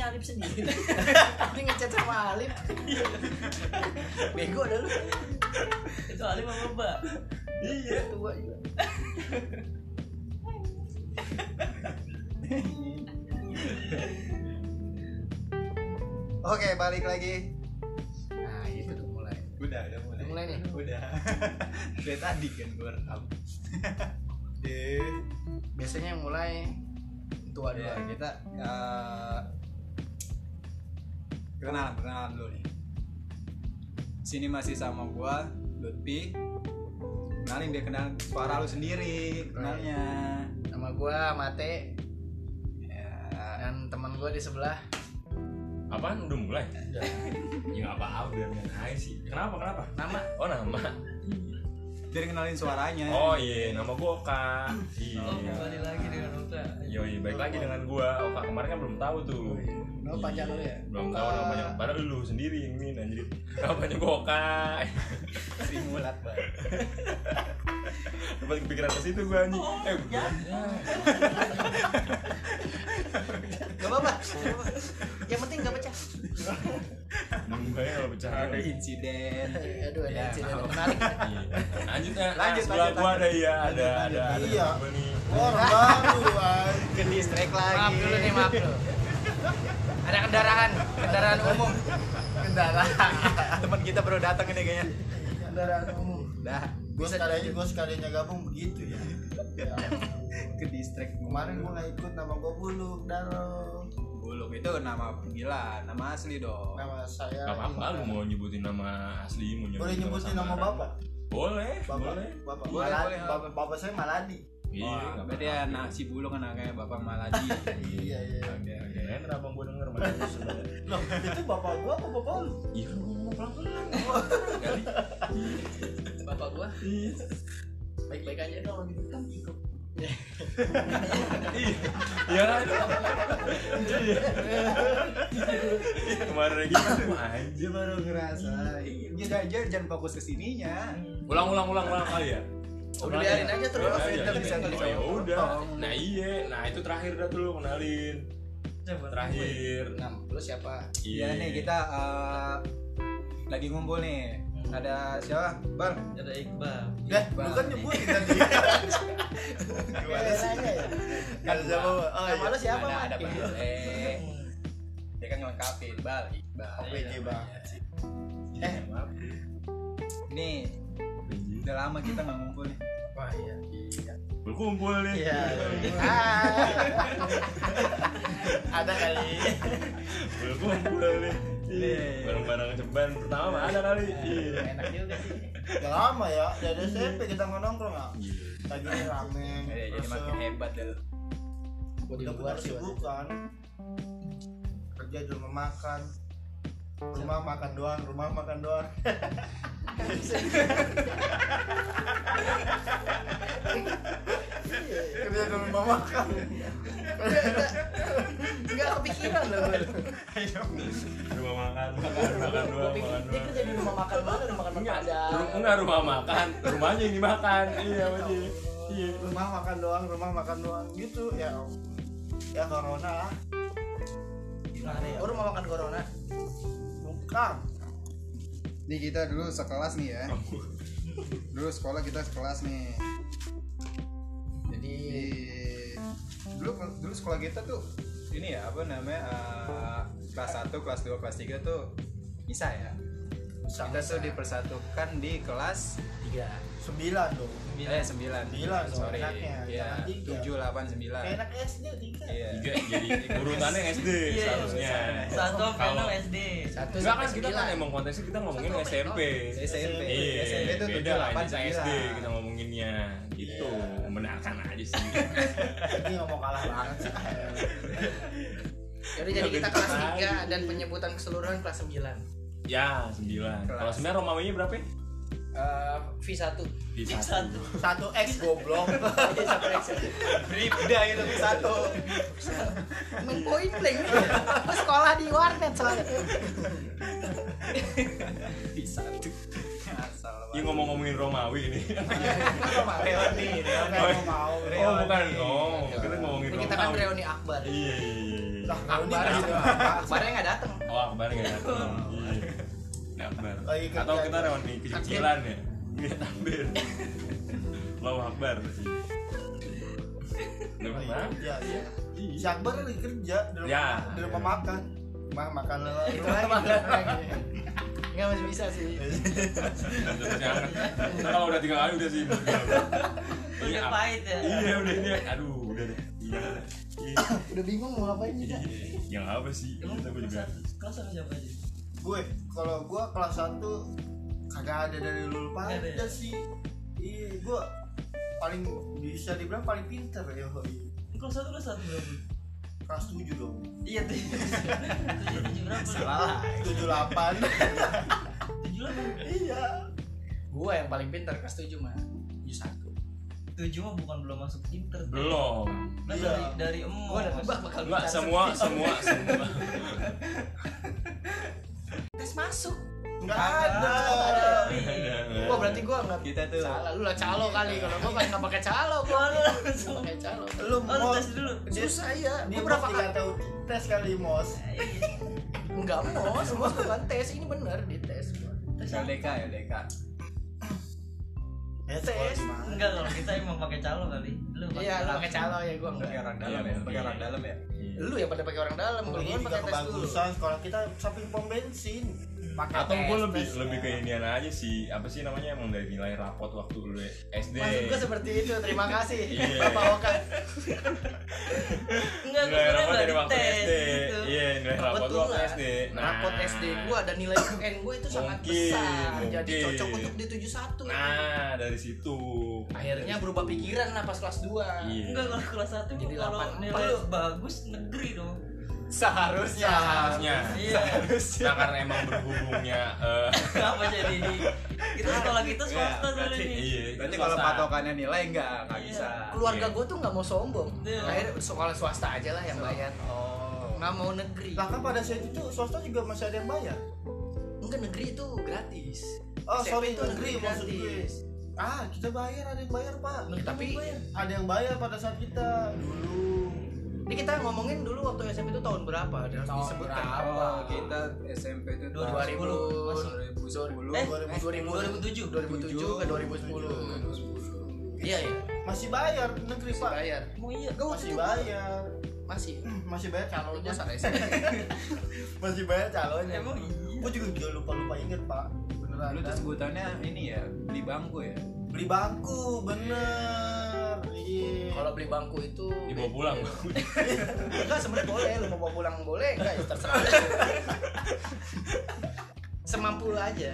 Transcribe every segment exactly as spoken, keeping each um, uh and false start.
Alip sendiri. Ini ngechat sama Alip. Bego dah lu. Itu Alip sama Mbak. Iya, tua juga. Oke, balik lagi. Nah, itu tuh mulai. Udah, udah mulai. Udah mulai nih. Udah. Dari tadi kan gue rekam. Deh. Biasanya yang mulai tua dulu. Ya, kita uh, kenalan, kenalan dulu nih. Sini masih sama gua, Lutfi. Kenalin biar kenal suara lu sendiri, kenalnya. Nama gua Mate Ya, dan teman gua di sebelah. Apaan udah mulai? Ya nggak apa-apa biar nggak naik sih. Kenapa kenapa? Nama. Oh nama. biar kenalin suaranya. Oh iya, nama gua Oka. Iya. Oh, kembali lagi dengan Oka. Yoi, baik lagi dengan gua. Oka kemarin kan belum tahu tuh. Nama panjang lu ya? Belum tahu nama panjang. Padahal lu sendiri yang ini anjir. Nama panjang gua Oka. Simulat banget. Tempat kepikiran ke situ gua anjing. Eh, ya. Gak apa-apa. Yang penting gak pecah. Nunggunya kalau pecah. Ada insiden. Aduh, ada Ya, insiden maaf. menarik. Iya. Lanjut ya. Lanjut, Sebelah lanjut, gua lanjut. ada ya, ada Lanjut, ada lanjut. ada. Iya. gua nih. Orang baru ay. Ke distrek lagi. Maaf dulu nih, maaf dulu. Ada kendaraan, kendaraan umum. Kendaraan. Teman kita baru datang ini kayaknya. Kendaraan umum. Dah, Gue sekalian gue sekaliannya gabung begitu ya. Ya. ke distrek. Kemarin gue nggak ikut, nama gue Buluk Daro. Buluk itu nama panggilan, nama asli dong. Nama saya. Gak apa-apa lu mau nyebutin nama asli, mau Boleh nyebutin nama samaran. bapak? Boleh, Bapak, boleh. bapak, Boleh, Maladi. boleh. bapak, bapak saya Maladi. Iya, Wah, nggak berarti ya apa-apa. anak si Buluk kan anaknya Bapak Maladi. Iya iya. Oke, oke. Kirain kenapa gua denger mana sebenarnya. Loh, itu bapak gua apa bapak lu? Iya kan gua ngomong pelan-pelan. Kali. Bapak gua Iya. baik-baik aja dong gitu kan. Iya kan? Iya. Kemarin lagi kan anjir baru ngerasa. Jangan aja jangan fokus ke sininya. ulang ulang ulang ulang kali ya. Udah biarin aja terus. Ya, ya, Kita bisa ya, bisa oh, ya potong. udah. Nah iya, nah itu terakhir dah tuh lu kenalin. Coba. Terakhir. Nah, lu siapa? Iya nih kita uh, lagi ngumpul nih. Ada siapa? Bang. Ada Iqbal. Dah, lu kan nyebutin tadi. Gimana nanya ya? Ada siapa? Oh Nama iya. lu siapa, Ada Mat? ada Bang Boleh. Dia kan ngelengkapin, Bal, Iqbal. Oke, J banget sih. Eh, nih udah lama kita nggak ngumpul nih. Wah, iya. Iya. Berkumpul nih. Iya. Ada kali. Berkumpul nih. Iya. Nih. Bareng-bareng ceban pertama mah ada kali. Iya. Enak juga sih. Udah lama ya, dari S M P kita nongkrong ya. Iya. Lagi ini rame. Eh, jadi terus, makin hebat dah lu. Gua di udah luar punya sih. Wan. kesibukan. Kerja di rumah makan. Rumah makan doang, rumah makan doang. Kerja di rumah makan. Enggak kepikiran loh gue. Rumah makan, makan, makan Gua doang, pikir makan dia doang. kerja di rumah makan mana, rumah makan Enggak, Padang. ru- enggak rumah makan, rumahnya yang dimakan. Iya, Wajib. Iya. Rumah makan doang, rumah makan doang gitu ya. Ya corona lah. Gimana ya? Oh, rumah makan corona. Bukan. Nih kita dulu sekelas nih ya. Dulu sekolah kita sekelas nih. Jadi Di dulu dulu sekolah kita tuh ini ya apa namanya uh, kelas satu, kelas dua, kelas tiga tuh bisa ya. Kita tuh dipersatukan di kelas tiga. Sembilan dong. eh sembilan. Sembilan, Sorry. enaknya, Iya, jangan tiga. tujuh, delapan, sembilan. Enak S D tiga. Iya. Tiga jadi urutannya S D Iya, seharusnya. Satu Kalau- final S D. Satu Enggak kan sampai kita kan sembilan. emang konteksnya kita ngomongin Satu S M P. S M P. Iya, S M P itu beda tujuh, lah delapan, ini S D sembilan. kita ngomonginnya gitu. Iya. Membenarkan aja sih. Ini nggak mau kalah banget sih. Jadi jadi kita kelas tiga dan penyebutan keseluruhan kelas sembilan. Ya, sembilan. Kelas. Kalau sembilan Romawinya berapa? ya? Eh, V satu. Di Satu. Satu X goblok. Jadi satu X. Bribda gitu di satu. Main point blank. Gua sekolah di warnet soalnya. Di satu. Asal. Iya ngomong-ngomongin Romawi ini. Reoni, Reoni. Oh, mau. Oh, bukan. Oh, kita ngomongin Ini Romawi. kita kan reuni akbar. Iya, iya, iya. Lah, kalau ini Akbar kan itu gitu. Akbarnya nggak datang. Oh, akbar nggak datang. Iya. Akbar. Lagi kerja. Atau kita reuni kecil-kecilan ya. Nggak takbir. Allahu Akbar sih. Nggak pernah. Iya, iya. Si Akbar lagi kerja di rumah, Ya. di rumah makan. Mah makan lewat Itu rumah lagi, makan. itu lagi. Nggak masih bisa sih. Terus jangan. Kalau udah tiga kali udah sih. Udah ap- pahit ya. Iya udah ini. Aduh udah deh. Iya. Iya. Udah bingung mau ngapain Iya. nih. Yang apa sih? Emang Kita gue juga. kelas sama siapa aja? Gue, kalau gue kelas satu kagak ada dari lulu Nggak ada pada ya? sih. Iya, gue paling bisa dibilang paling pinter ya. Kelas satu kelas satu berapa? Kelas tujuh dong. Iya tuh. Tujuh tujuh berapa? Salah. tujuh delapan. Tujuh delapan. Iya. Gua yang paling pintar kelas tujuh mah. tujuh satu. Tujuh mah bukan belum masuk pinter. Teh. Belum. Kan Iya. dari dari emo. Gua udah tebak bakal Enggak pintar. semua semua semua. Tes masuk. Enggak ada. Wah berarti gua nggak Kita tuh salah. Lu lah calo kali. Kalau gua kan nggak pakai calo. Gua nggak pakai calo. Lu Oh, lu tes dulu. Susah ya. Dia Gua berapa berapa kali? tahu tes kali mos. Enggak mos. Mos bukan tes. Ini bener di tes. L D K ya L D K. Ya, Tes. Enggak, kalau kita emang pakai calo kali. Lu Iya lu pakai calo ya. Gua Pakai enggak. orang dalam ya, pakai orang dalam ya. Lu yang pada pakai orang dalam. Kalau Ini gua juga pakai tes dulu. kebagusan sekolah kita samping pom bensin. Pakai Atau tes, gue lebih tesnya. lebih ke inian aja sih. Apa sih namanya emang dari nilai rapot waktu lu S D. Maksud gua seperti itu. Terima kasih. Iya. Bapak Oka. enggak Nilai gua rapot nggak dari waktu dites S D. gitu. Iya, nilai rapot tuh waktu Kebetulan, S D. rapot S D gua ada nilai U N gua itu sangat Mungkin, besar. Jadi mungkin. cocok untuk di tujuh satu. Nah, dari situ. Akhirnya berubah pikiran lah pas kelas dua. Iya. Enggak, kalau kelas satu Jadi kalau delapan nilai empat. bagus negeri dong. Seharusnya. Seharusnya. Iya. Nah, karena emang berhubungnya eh Kenapa jadi di kita sekolah kita swasta Iya, dulu berarti- nih. iya. Berarti itu kalau swasta. patokannya nilai enggak, enggak Iya. bisa. Keluarga Iya. gua tuh nggak mau sombong. Iya. Akhirnya sekolah swasta aja lah yang bayar. Oh. Nggak mau negeri. Lah kan pada saat itu swasta juga masih ada yang bayar. Enggak, negeri itu gratis. Oh, S M P sorry, itu negeri maksud gue. Ah, kita bayar, ada yang bayar, Pak. Ya, tapi Ada yang bayar pada saat kita dulu. ini kita ngomongin dulu waktu S M P itu tahun berapa? Dan harus Tahun disebutkan. Oh, kita S M P itu dua tahun ribu dua ribu sepuluh. Eh, dua ribu dua ribu tujuh. dua ribu tujuh ke dua ribu sepuluh. Iya ya, Masih bayar negeri, masih Pak. bayar. Mau iya. Gua waktu Masih itu bayar. masih. Masih bayar Kalau calonnya. gua salah S M P. Masih bayar calonnya. Emang iya. Gue juga gak lupa-lupa inget, Pak. Beneran. Lu tuh kan? sebutannya ini ya, beli bangku ya. Beli bangku, bener. Iya. Kalau beli bangku itu dibawa pulang. enggak, sebenarnya boleh, lu mau bawa pulang boleh, enggak ya terserah. Semampu lu aja.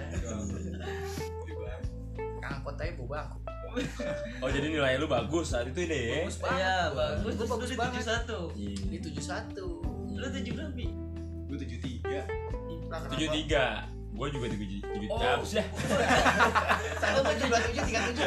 Angkot aja bawa bangku. Oh, jadi nilai lu bagus saat itu deh. Bagus banget. Iya, gua. bagus. Gua Terus bagus lu di banget. tujuh satu. Di tujuh satu. Lu tujuh berapa? Bi? Gue tujuh tiga. Nah, kenapa? tujuh tiga. Gua juga tujuh tujuh Oh. tiga. Habis dah. Satu tujuh dua tujuh tiga tujuh.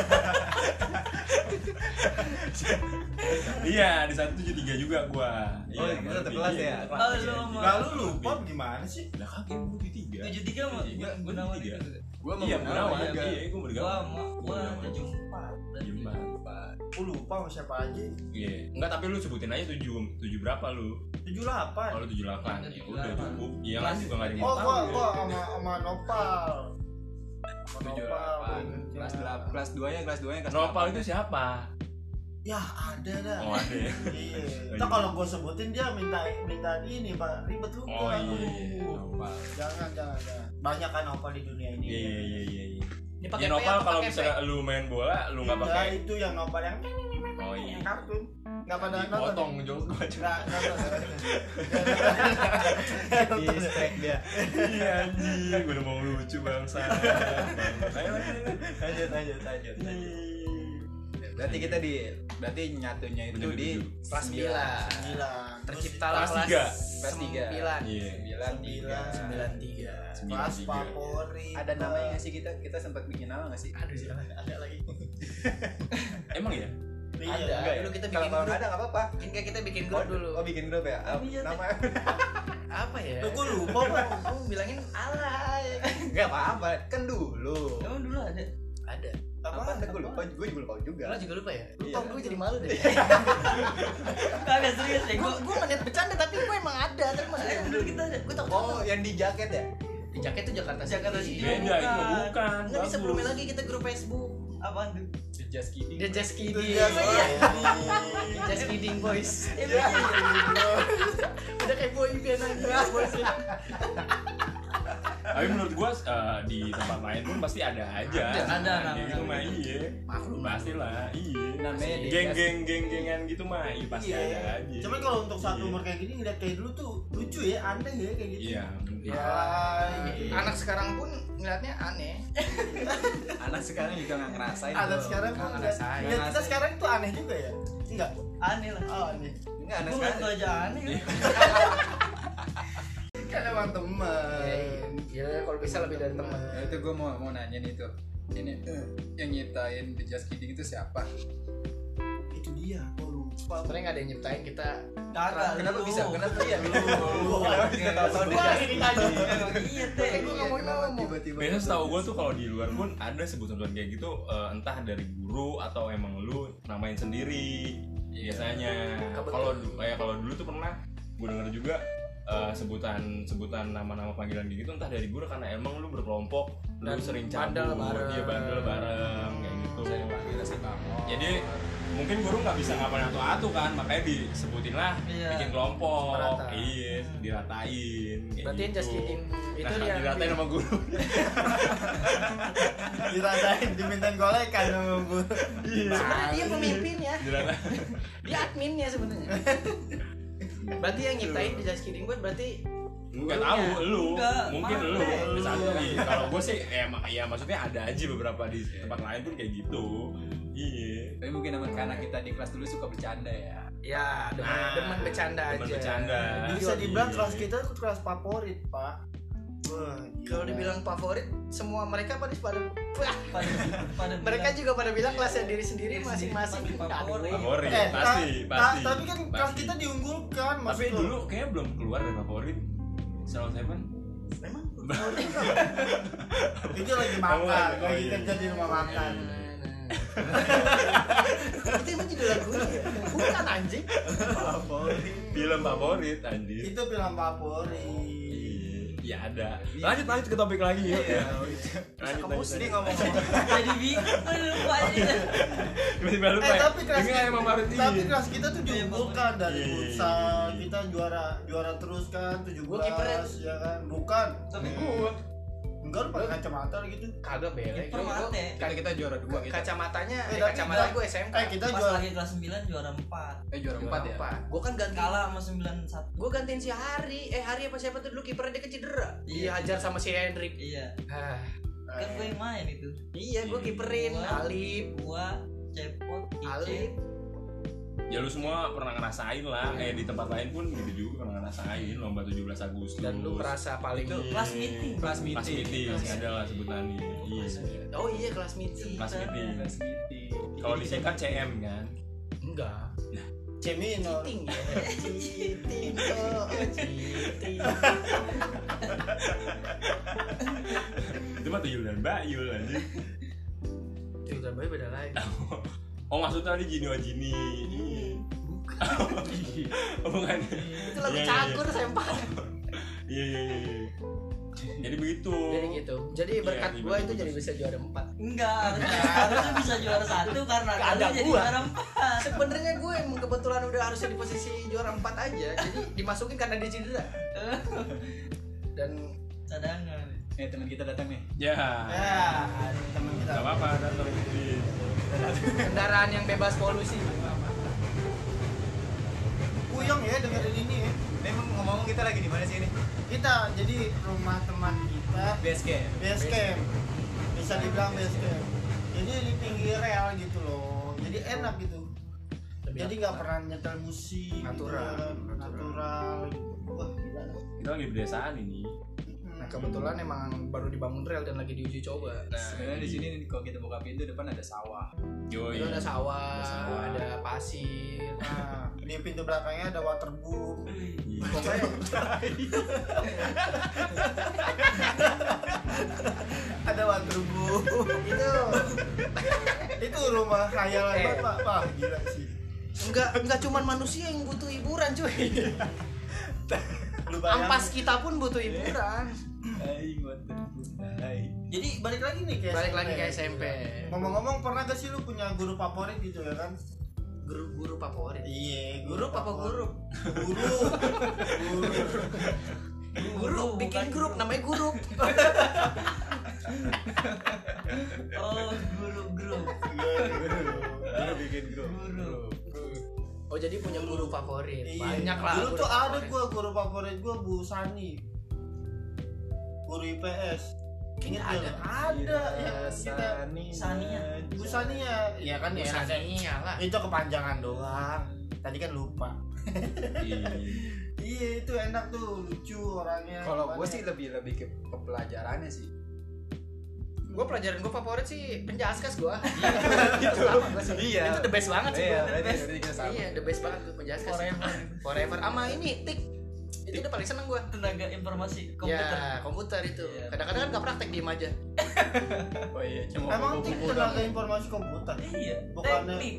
Iya, di satu tujuh tiga juga gua. Oh, Iya, kita gua satu lebih. kelas ya? Iya, Oh, kelas, lu iya. sama- Lalu lupa gimana sih? Lah kagak gua tujuh tiga. Tujuh tiga mah Tujuh tiga, gua gua Gunawan tujuh tiga. itu. Gue mau Iya, Gunawan Gunawan. juga. Iya, gua Gua bergaul. sama gua tujuh empat. tujuh empat. Gue lupa sama siapa aja. Iya. Enggak, tapi lu sebutin aja tujuh tujuh berapa lu? tujuh delapan. Kalau tujuh delapan. Ya tujuh udah delapan. cukup. Iya kan juga enggak ada yang Oh, tahu. gua ya. gua sama sama Nopal. Sama tujuh Nopal, delapan. bener. Kelas delapan, kelas dua nya, kelas dua nya kelas Nopal delapan. itu siapa? Ya ada dah. Oh, ada ya. Iya. Oh, Ntar iya. kalau gue sebutin dia minta minta ini, Pak. Ribet lu. Oh, iya, iya. Nopal. Jangan, jangan, jangan. Banyak kan Nopal di dunia ini. Iya, iya, iya, iya, iya. Ini Ya pakai P Nopal atau kalau pakai P? misalnya lu main bola, lu enggak Iya, pakai. itu yang Nopal yang Oh iya. yang kartun. Enggak pada nonton. Dipotong jok gua. Enggak nonton. Distract dia. Iya anjing, gua udah mau lucu bangsa. Ayo lanjut. Lanjut, lanjut, lanjut. Berarti kita di berarti nyatunya itu Bener, di bener. Kelas sembilan. Sembilan. Terciptalah Kelas kelas tiga. Kelas tiga. sembilan. Iya. sembilan tiga. Sembilan tiga. Kelas favorit. Ada namanya nggak sih kita? Kita sempat bikin nama nggak sih? Aduh, siapa? Ada lagi. Emang ya? Iya. Ada. Enggak ya? Dulu kita Kalau bikin kalau grup. nggak ada nggak apa-apa. Enggak, kita bikin Oh, grup dulu. oh bikin grup ya? Oh, iya, Nama Apa ya? Loh, gua lupa, Pak. Kamu bilangin alay. nggak apa-apa kan dulu. Emang dulu ada? Ada. Apa? Ada gue lupa, gue juga lupa juga. Lo juga lupa ya? Lupa Iya. gue jadi malu deh. Kagak serius ya gue gua. gue ngeliat bercanda tapi gue emang ada tapi maksudnya Eh, dulu kita ada. gue tau Oh, yang di jaket ya? di jaket tuh Jakarta Jakarta City. City. Beda itu mah bukan. Nggak bagus. sebelumnya lagi kita grup Facebook. Apaan tuh? Just kidding. The Just Kidding. Just Iya. Kidding. Just Kidding Boys. Eh, iya. Udah kayak boy band aja boys. Tapi menurut gua eh, di tempat lain pun pasti ada aja. Ada, ada, Kayak ada. gitu mah iya. Maklum. Pasti lah, iya. Namanya di Geng-geng geng-gengan gitu mah iya pasti Iya. ada aja. Cuman kalau untuk satu Iya. umur kayak gini ngeliat kayak dulu tuh lucu ya, aneh ya kayak gitu. Iya. Ya, Iya. anak sekarang pun ngeliatnya aneh. anak sekarang juga nggak ngerasain. Anak tuh. sekarang Nggak pun ngeliat ngerasain. ngeliat kita sekarang tuh aneh juga ya. Enggak. Aneh lah. Oh, aneh. Enggak, anak Gua sekarang. ngeliat aja aneh. Iya. Kan emang teman. Ya, kalau bisa lebih dari teman. Ya, itu gue mau mau nanya nih tuh. Ini yang nyiptain The Just Kidding itu siapa? Itu dia. Oh, lupa. Sebenarnya nggak ada yang nyiptain kita. Kagak. Kenapa lu. bisa? Kenapa ya? Kenapa bisa tahu Gua The Just ini tadi. Emang iya teh. Eh, gua nggak mau Kenapa ngomong. tiba-tiba? Biasanya setahu gue tuh kalau di luar pun ada sebutan-sebutan kayak gitu eh, entah dari guru atau emang lu namain sendiri biasanya. Kebetulan. Kalau kayak kalau dulu tuh pernah gue denger juga eh, sebutan sebutan nama-nama panggilan kayak gitu entah dari guru karena emang lu berkelompok lu Dan sering bandel cabut bareng. dia bandel bareng kayak gitu. Saya panggil si Bangor. Jadi mungkin guru nggak bisa ngapain atu-atu kan makanya disebutin lah Iya. bikin kelompok Merata. iya diratain kayak Berarti yang gitu. Just Kidding itu Nah, yang diratain sama guru. Dirasain dimintain golekan sama guru. sebenarnya dia pemimpinnya, Diratain. dia adminnya sebenarnya. Berarti yang nyiptain di Just Kidding Boys berarti Nggak tahu lu, Enggak, mungkin lu mana? bisa jadi. Kalau gue sih ya, mak- ya maksudnya ada aja beberapa di tempat lain pun kayak gitu. Iya. Tapi mungkin emang karena kita di kelas dulu suka bercanda ya. ya demen, Nah, demen bercanda demen aja. bercanda. Bisa dibilang Iya. kelas kita tuh kelas favorit, Pak. Wah, Kalau gila. dibilang favorit, semua mereka pada pada wah, Pada pada mereka bilang, juga pada bilang kelasnya diri sendiri Diri masing-masing. sendiri paling favorit. Favorit, Eh, pasti, ta- pasti. ta- tapi kan kelas pasti. kita diunggulkan, Tapi maksud lo. dulu kayaknya belum keluar dari favorit. Salon Seven. Memang Itu lagi makan, Oh, iya. lagi iya. kerja di rumah makan. itu emang judul lagunya ya? Bukan anjing. Favorit. Film favorit anjir. Itu film favorit. Iya ada. Lanjut lanjut ke topik lagi yuk. Iya. Lanjut Kamu lanjut. sendiri lanjut. ngomong jadi bingung gua lupa aja. Tiba-tiba lupa. Eh ya? tapi kelas Ini emang favorit tapi ini. kelas kita tuh diunggulkan dari Iya, iya, futsal, iya. kita juara juara terus kan tujuh Gua kipernya. belas ya kan. Bukan. Tapi Gua Enggak lu pakai kacamata gitu. kagak bele. Kiper Gua- gua- mate. Kita kita juara dua kita. Kacamatanya, Eh, eh, tapi kacamata enggak. gue S M K. Eh kita pas juara lagi kelas sembilan juara empat. Eh juara empat ya. Gue kan ganti. Kalah sama sembilan satu. Gue gantiin si Hari. Eh Hari apa siapa tuh dulu kipernya dia kecedera. Iya. Dihajar sama si Hendrik. Iya. Ah, Kan gue yang main itu. iya gue kiperin Gua- Alip, Gua Cepot, Alip. Ice. Ya lu semua pernah ngerasain lah. Eh di tempat lain pun gitu juga pernah ngerasain lomba tujuh belas Agustus. Dan lu merasa paling Itu Kelas meeting. Kelas Kelas meeting. meeting ada lah sebutannya. Iya. Oh iya kelas meeting. Kelas meeting. Kelas meeting. Kalau disingkat C M kan. Enggak. Ceminor. Cheating ya. Cheating. Oh, oh, cheating. Itu mah tuyul dan bayul aja. Itu udah baik beda lagi. Oh maksudnya tadi Jini wa Jini. Oh bukan. Itu lagu Iya, iya, cakur sempak. Iya iya iya. iya. Jadi begitu. Jadi gitu. Jadi berkat Iya, gua iya, itu betul. jadi bisa juara empat. Enggak, harusnya harusnya bisa juara satu karena Nggak ada kalian jadi gua. juara empat. Sebenarnya gue emang kebetulan udah harusnya di posisi juara empat aja. Jadi dimasukin karena dia cedera. Dan Cadangan. Eh teman kita datang nih. Ya. Ya, teman kita. Gak apa-apa datang. kendaraan yang bebas polusi. Puyeng ya dengerin ini ya. Ini emang ngomong-ngomong kita lagi di mana sih ini? Kita jadi rumah teman kita Base camp. base camp. Bisa dibilang base camp. Jadi di pinggir rel gitu loh. Jadi enak gitu. Jadi nggak pernah nyetel musik Natural. gitu kan. Natural gitu. Wah gila. Kita lagi berdesaan ini. Hmm. kebetulan emang baru dibangun rel dan lagi diuji coba. Nah, Sebenarnya di sini nih, kalau kita buka pintu depan ada sawah. Yoi. itu ada sawah, Ada sawah. ada pasir. Nah, di pintu belakangnya ada waterboom. Iya. Pokoknya Ada waterboom. itu Itu rumah khayalan Eh. banget, Pak. Wah, gila sih. enggak enggak cuman manusia yang butuh hiburan, cuy. Lu bayangin. Ampas kita pun butuh hiburan. Hai, waterboom. Hai. Jadi balik lagi nih ke Balik S M P. lagi ke S M P. Ngomong-ngomong, pernah gak sih lu punya guru favorit gitu ya kan? Guru-guru favorit. Iya, Grup apa favorit. grup? Guru. Guru. Guru bikin bukan grup namanya grup. Oh, guru grup. Guru. Baru bikin grup. Guru. Oh, jadi punya guru favorit. Iya. Banyak lah. Dulu guru tuh ada favorit. gua guru favorit gua Bu Sani. Guru I P S. Ingat Ada. gak? Ada. Iya, Ya, kita Sani. Sania. Bu Sania. Ya kan ya. Busania lah. Itu kepanjangan doang. Tadi kan lupa. Iya. Iya, itu enak tuh, lucu orangnya. Kalau gue Gimana? sih lebih lebih ke, ke pelajarannya sih. Gue pelajaran gue favorit sih penjaskas gue. Itu. Iya. Itu the best banget sih. Iya, gua. berarti berarti kita sama. Iya, the best banget tuh penjaskas. Forever. Forever. Ama ini tik. Itu udah paling seneng gue. Tenaga informasi komputer. Ya, komputer itu. Iya. Kadang-kadang kan gak praktek, diem aja. Oh iya, cuma Emang buku tik buku tenaga doang. informasi komputer. Iya. Bukannya- Teknik.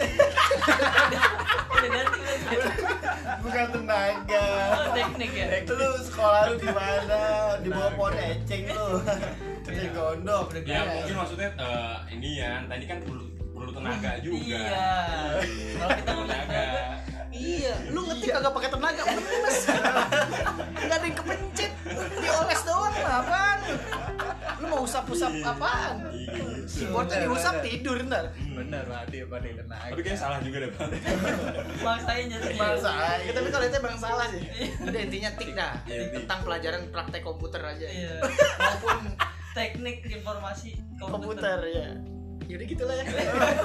Udah ganti lagi. Bukan tenaga. Oh, teknik ya. Lu sekolah lu di mana? Di bawah pohon eceng lu. Eceng gondok. Udah Ya ganti. mungkin maksudnya eh, ini ya, tadi kan perlu perlu tenaga juga. Iya. Kalau kita ngomong Tenaga. tenaga, Iya, lu ngetik kagak pakai tenaga, memes. Enggak ada yang kepencet. Dioles doang lah, apaan? Lu mau usap-usap apaan? Iya, gitu. Keyboardnya diusap tidur ntar. Bener lah, dia pada tenaga. Tapi kayaknya salah juga deh, Pak. maksain jadi Masa Ya, tapi kalau itu emang salah sih. Udah intinya tik dah. Iya, tik. Tentang pelajaran praktek komputer aja. Iya. Maupun Teknik informasi komputer ya. Yaudah gitulah ya.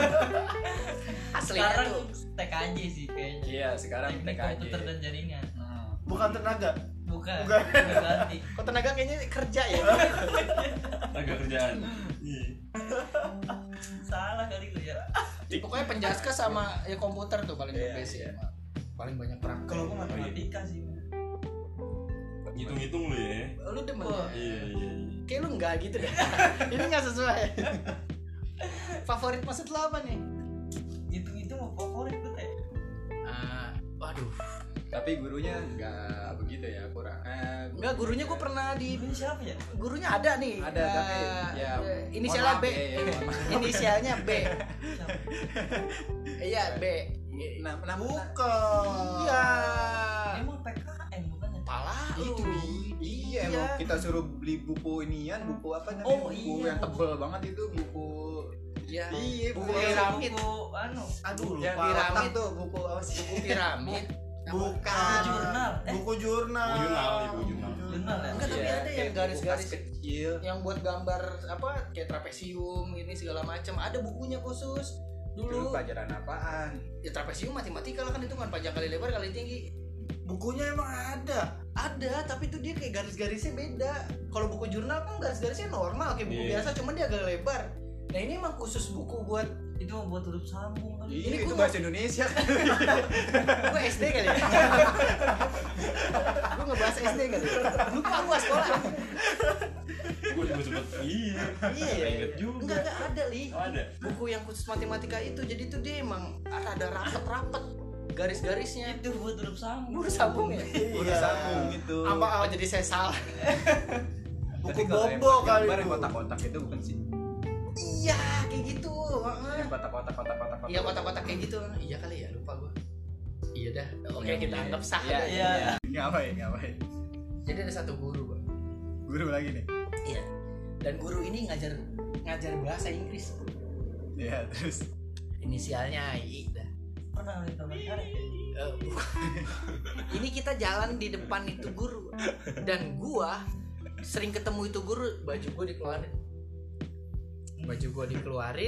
Aslinya Sekarang tuh T K J sih kayaknya. Iya, sekarang Teknik T K J. komputer dan jaringan. Hmm. bukan tenaga. Bukan. Bukan. Udah ganti. kok tenaga kayaknya kerja ya. Tenaga kerjaan. Iya. Salah kali gue ya. Pokoknya penjaskas sama ya komputer tuh paling Iya, best iya. ya. Paling banyak praktek. Kalau gue matematika sih. Ngitung-ngitung lu ya. Lu demen Wah. ya? Iya, iya. Kayak lu enggak gitu deh. Ini enggak sesuai. Favorit maksud lo apa nih? Itu-itu mau favorit gue teh. Ah, waduh. Tapi gurunya nggak begitu ya, kurang. Eh, Enggak, gurunya gue pernah di Ini siapa ya? gurunya ada nih. Ada, Eh, tapi ya, eh, inisialnya mohon B. maaf ya, ya, mohon maaf. Inisialnya B. Siapa? Iya, B. Nah, nah, Bukan. Iya. Emang P K M bukannya? Pala lu. itu di iya, emang kita suruh beli buku inian, buku apa namanya? Oh, buku iya, yang buku. tebel banget itu, buku Iya. iya, Buku buku piramid. Buku anu. Aduh, yang lupa. di piramid. kotak tuh, buku apa sih? Buku piramid. Bukan. Jurnal. Eh, Buku jurnal. Buku jurnal, iya, buku jurnal. Jurnal ya? Enggak, tapi Iya, ada yang kayak garis-garis buku tas kecil. yang buat gambar apa kayak trapesium ini segala macam. Ada bukunya khusus. Dulu Dulu pelajaran apaan? ya trapesium matematika lah kan, itu kan panjang kali lebar kali tinggi. Bukunya emang ada. Ada, tapi tuh dia kayak garis-garisnya beda. Kalau buku jurnal kan garis-garisnya normal kayak buku Iya. biasa, cuman dia agak lebar. Nah ini emang khusus buku buat Itu mau buat huruf sambung kali. Ini itu gua- bahasa Indonesia kan. gue S D kali ya. Gue ngebahas S D kali. Lupa gue sekolah. Gue juga sempet iya. Iya ya. Ingat juga. Enggak enggak ada li. Oh, ada. Buku yang khusus matematika itu, jadi tuh dia emang ada rapet-rapet garis-garisnya. Itu buat huruf sambung. Gue sambung ya. Udah sambung itu. Apa Oh, jadi saya salah. buku Tapi kalau yang bobo buat kali gambar itu. yang kotak-kotak itu bukan sih? Iya, kayak gitu. Heeh. Yang kotak-kotak kotak-kotak. Iya, kotak-kotak kayak gitu. Iya kali ya, lupa gue. Iya dah. Oke, Iya, kita iya. anggap sah. Iya, dah. iya. iya. Ngapain, ngapain? Jadi ada satu guru, Bang. Guru lagi nih. Iya. Dan guru ini ngajar ngajar bahasa Inggris. Iya, terus Inisialnya I dah. Pernah ngeliat teman karet ya? Eh, bukan. Ini kita jalan di depan itu guru, dan gua sering ketemu itu guru, baju gua dikeluarin. Baju gua dikeluarin,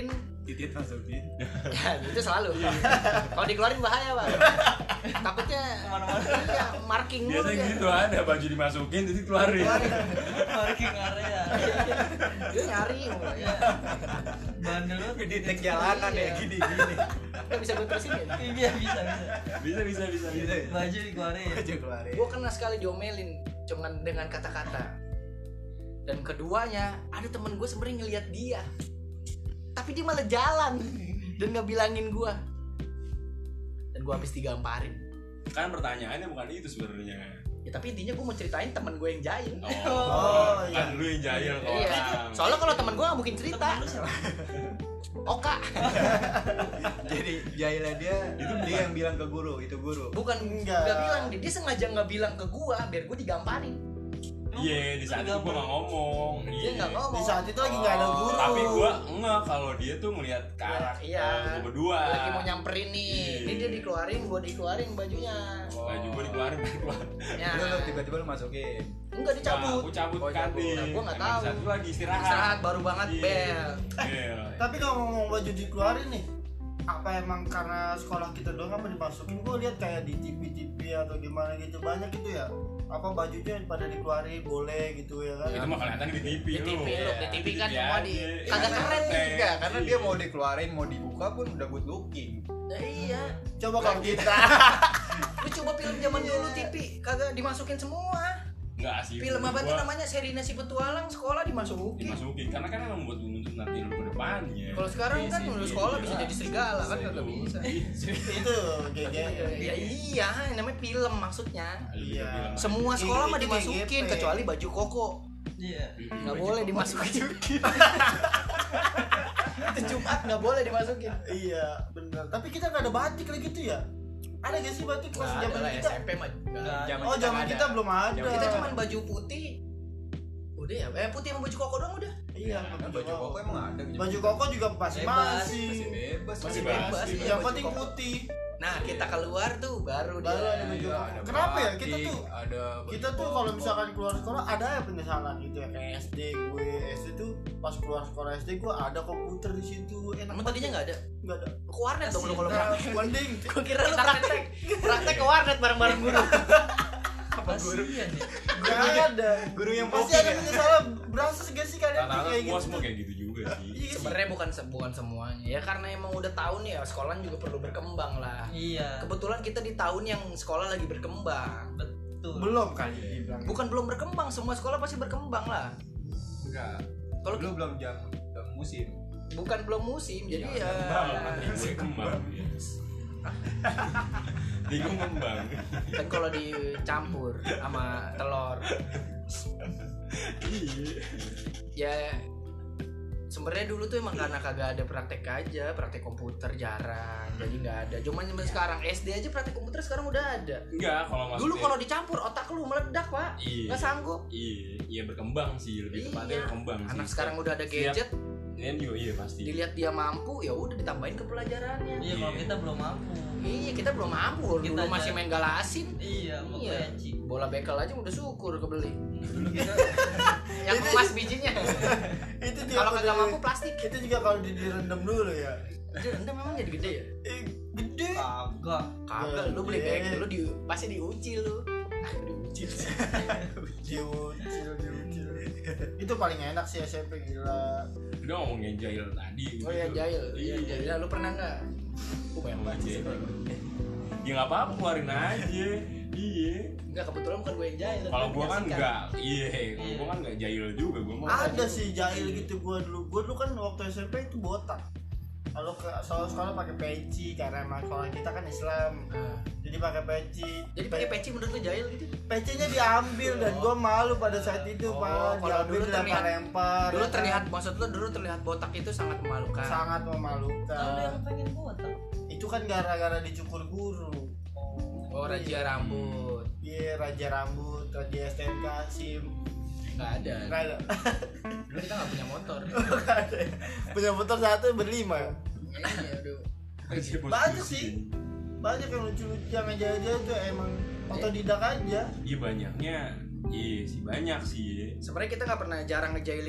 titit masukin. Ya itu selalu. Kalau dikeluarin bahaya bang. Takutnya Kemana-mana. iya, marking mulu Biasanya dia. gitu ada baju dimasukin jadi keluarin. Parking area. Dia nyari mulu ya. Bandel lu Di tek jalanan ya gini gini. Nggak bisa gue terusin ya. Iya bisa bisa. Bisa bisa bisa bisa. Baju dikeluarin. Aja keluarin. Gue kena sekali diomelin cuman dengan kata-kata. Dan keduanya ada temen gue sebenarnya ngelihat dia, tapi dia malah jalan dan nggak bilangin gue. Dan gue habis digamparin. Kan pertanyaannya bukan itu sebenarnya. Ya tapi intinya gue mau ceritain temen gue yang jahil. Oh, Oh, kan lu yang jahil kok. Iya. orang. Soalnya kalau temen gue nggak mungkin cerita. Temen lu siapa? Oka. Jadi jahilnya dia itu dia yang bilang ke guru, itu guru. Bukan Enggak. nggak bilang dia, dia sengaja nggak bilang ke gue biar gue digamparin. Iya, di saat itu gua nggak ngomong. Dia Iya. nggak ngomong. Di saat itu lagi nggak ada Oh, guru. Tapi gua enggak kalau dia tuh ngelihat ke arah Iya. eh, gua berdua. Lagi mau nyamperin nih. Iya. Ini dia dikeluarin, gue dikeluarin bajunya. Baju gua dikeluarin keluar. Ya. Lu, lu tiba-tiba lu masukin. Enggak dicabut. Aku cabut Oh, kan. cabut. Nah, gua nggak Emang tahu. di saat itu lagi istirahat. Istirahat baru banget Iya. bel. Bel. Tapi kalau ngomong baju dikeluarin nih, apa emang karena sekolah kita doang apa dimasukin? Gue lihat kayak di T V-T V atau gimana gitu banyak gitu ya. Apa bajunya pada dikeluarin boleh gitu ya kan? Itu mah kelihatan di T V Di T V lu. lu, di T V kan semua di aja. kagak keren nih. Enggak, karena dia mau dikeluarin, mau dibuka pun udah good looking. Nah, iya. Coba kalau kita Lu coba film zaman dulu T V kagak dimasukin semua. Enggak sih. Film apa gua tuh namanya Serina si Petualang sekolah dimasukin. Dimasukin karena kan emang buat menuntut nanti lu ke depannya. Kalau sekarang Iya kan sih, lu iya, sekolah iya. bisa jadi serigala kan Bisa kagak itu. bisa. itu G G. Ya iya, namanya film maksudnya. Lu Iya. udah bilang. Semua sekolah mah Itu dimasukin G G P. kecuali baju koko. Iya. Nggak boleh dimasukin. Itu Jumat nggak boleh dimasukin. Iya, benar. Tapi kita nggak ada batik lagi gitu ya? Ada gak sih batik pas Nggak ada zaman lah, kita? S M P mah. Nggak. Zaman Oh, kita zaman nggak kita ada. belum ada. Kita cuman baju putih. Udah ya, eh putih sama baju koko doang udah. Iya, Nah, baju koko emang ada. Baju koko juga masih Bebas. masih. masih bebas. Masih bebas, bebas. iya. iya. Yang Baju penting koko. putih. Nah, kita keluar tuh baru Baru dia. ada baju Iya, koko. ada Kenapa ya? batik, Kita tuh ada baju kita tuh koko. kalau misalkan keluar sekolah ada ya penyesalan gitu ya, kayak S D gue S D tuh pas keluar sekolah S D gue ada komputer di situ enak. Emang tadinya nggak ada? nggak ada. Ke warnet dong lu kalau Nah, praktek. mending Gua kira lu praktek. Praktek ke warnet bareng-bareng guru. Apa sih ya nih? nggak ada. Guru yang Pasti poking ada ya? penyesalan. Berasa gak sih kalian tuh Rata-rata kayak semua gitu? semua kayak gitu juga sih. Iya sih. Sebenarnya bukan se- bukan semuanya. Ya karena emang udah tahu nih ya sekolah juga perlu berkembang lah. Iya. Kebetulan kita di tahun yang sekolah lagi berkembang. Betul. Belum kali dibilang. Bukan belum berkembang, semua sekolah pasti berkembang lah. Enggak. Kalau Lu belum jam jam musim. bukan belum musim, jadi Iya, ya. kembang. Gue kembang. Di gue kembang. Kan kalau dicampur sama telur, ya sebenarnya dulu tuh emang karena kagak ada praktek aja, praktek komputer jarang, jadi nggak ada. Cuman zaman sekarang S D aja praktek komputer sekarang udah ada. Enggak, kalau masuk Dulu kalau dicampur otak lu meledak pak, iya. nggak sanggup. Iya, iya berkembang sih, lebih tepatnya Iya. berkembang sih. Anak sekarang udah ada Setiap- gadget, Ini juga iya pasti. dilihat dia mampu, ya udah ditambahin ke pelajarannya. Iya, kalau kita belum mampu. Iya kita belum mampu, dulu Kita masih aja- main galasin. Iya, mau Iya. kunci. Bola bekel aja udah syukur kebeli. Dulu kita Yang emas bijinya. Itu juga Kalau kagak kalau mampu di- plastik. itu juga kalau di- direndam dulu ya. Itu rendam memang jadi gede ya? Eh, gede. kagak. Kagak, lu beli Gede. bekel lu di pasti diuci lu. Ah, diuci. Diucil, diucil. Itu paling enak sih S M P gila. Udah ngomongin jahil tadi. Oh iya jahil. Iya Iya. jahil. Lu pernah enggak? Gua banyak banget sih. Ya nggak apa-apa, keluarin aja. Iya. Enggak, kebetulan bukan gue yang jahil. Kalau tapi gua kan menyaksikan. enggak, iya, kalau Iya. gua kan enggak jahil juga, gua mau. Ada sih jahil gitu gua dulu. Gua dulu kan waktu S M P itu botak. Kalau ke soal sekolah pakai peci karena emang sekolah kita kan Islam. Nah, Jadi pakai peci. jadi pakai peci menurut lu jahil gitu? Pecinya diambil dan gua malu pada saat itu, Oh, Pak. kalau Diambil dulu terlihat- lempar-lempar. Dulu ya kan. terlihat maksud lu dulu terlihat botak itu sangat memalukan. sangat Kalau memalukan. yang pengen botak. Itu kan gara-gara dicukur guru. Oh, raja rambut. Iya, raja rambut, raja S T N K SIM. Enggak ada. Nggak ada. Dulu kita enggak punya motor. Nggak ada. Punya motor satu berlima. Iya, aduh. Banyak sih. Banyak yang lucu-lucu yang aja-aja tuh emang otodidak aja. Iya banyaknya, iya sih banyak sih. Sebenarnya kita nggak pernah jarang ngejailin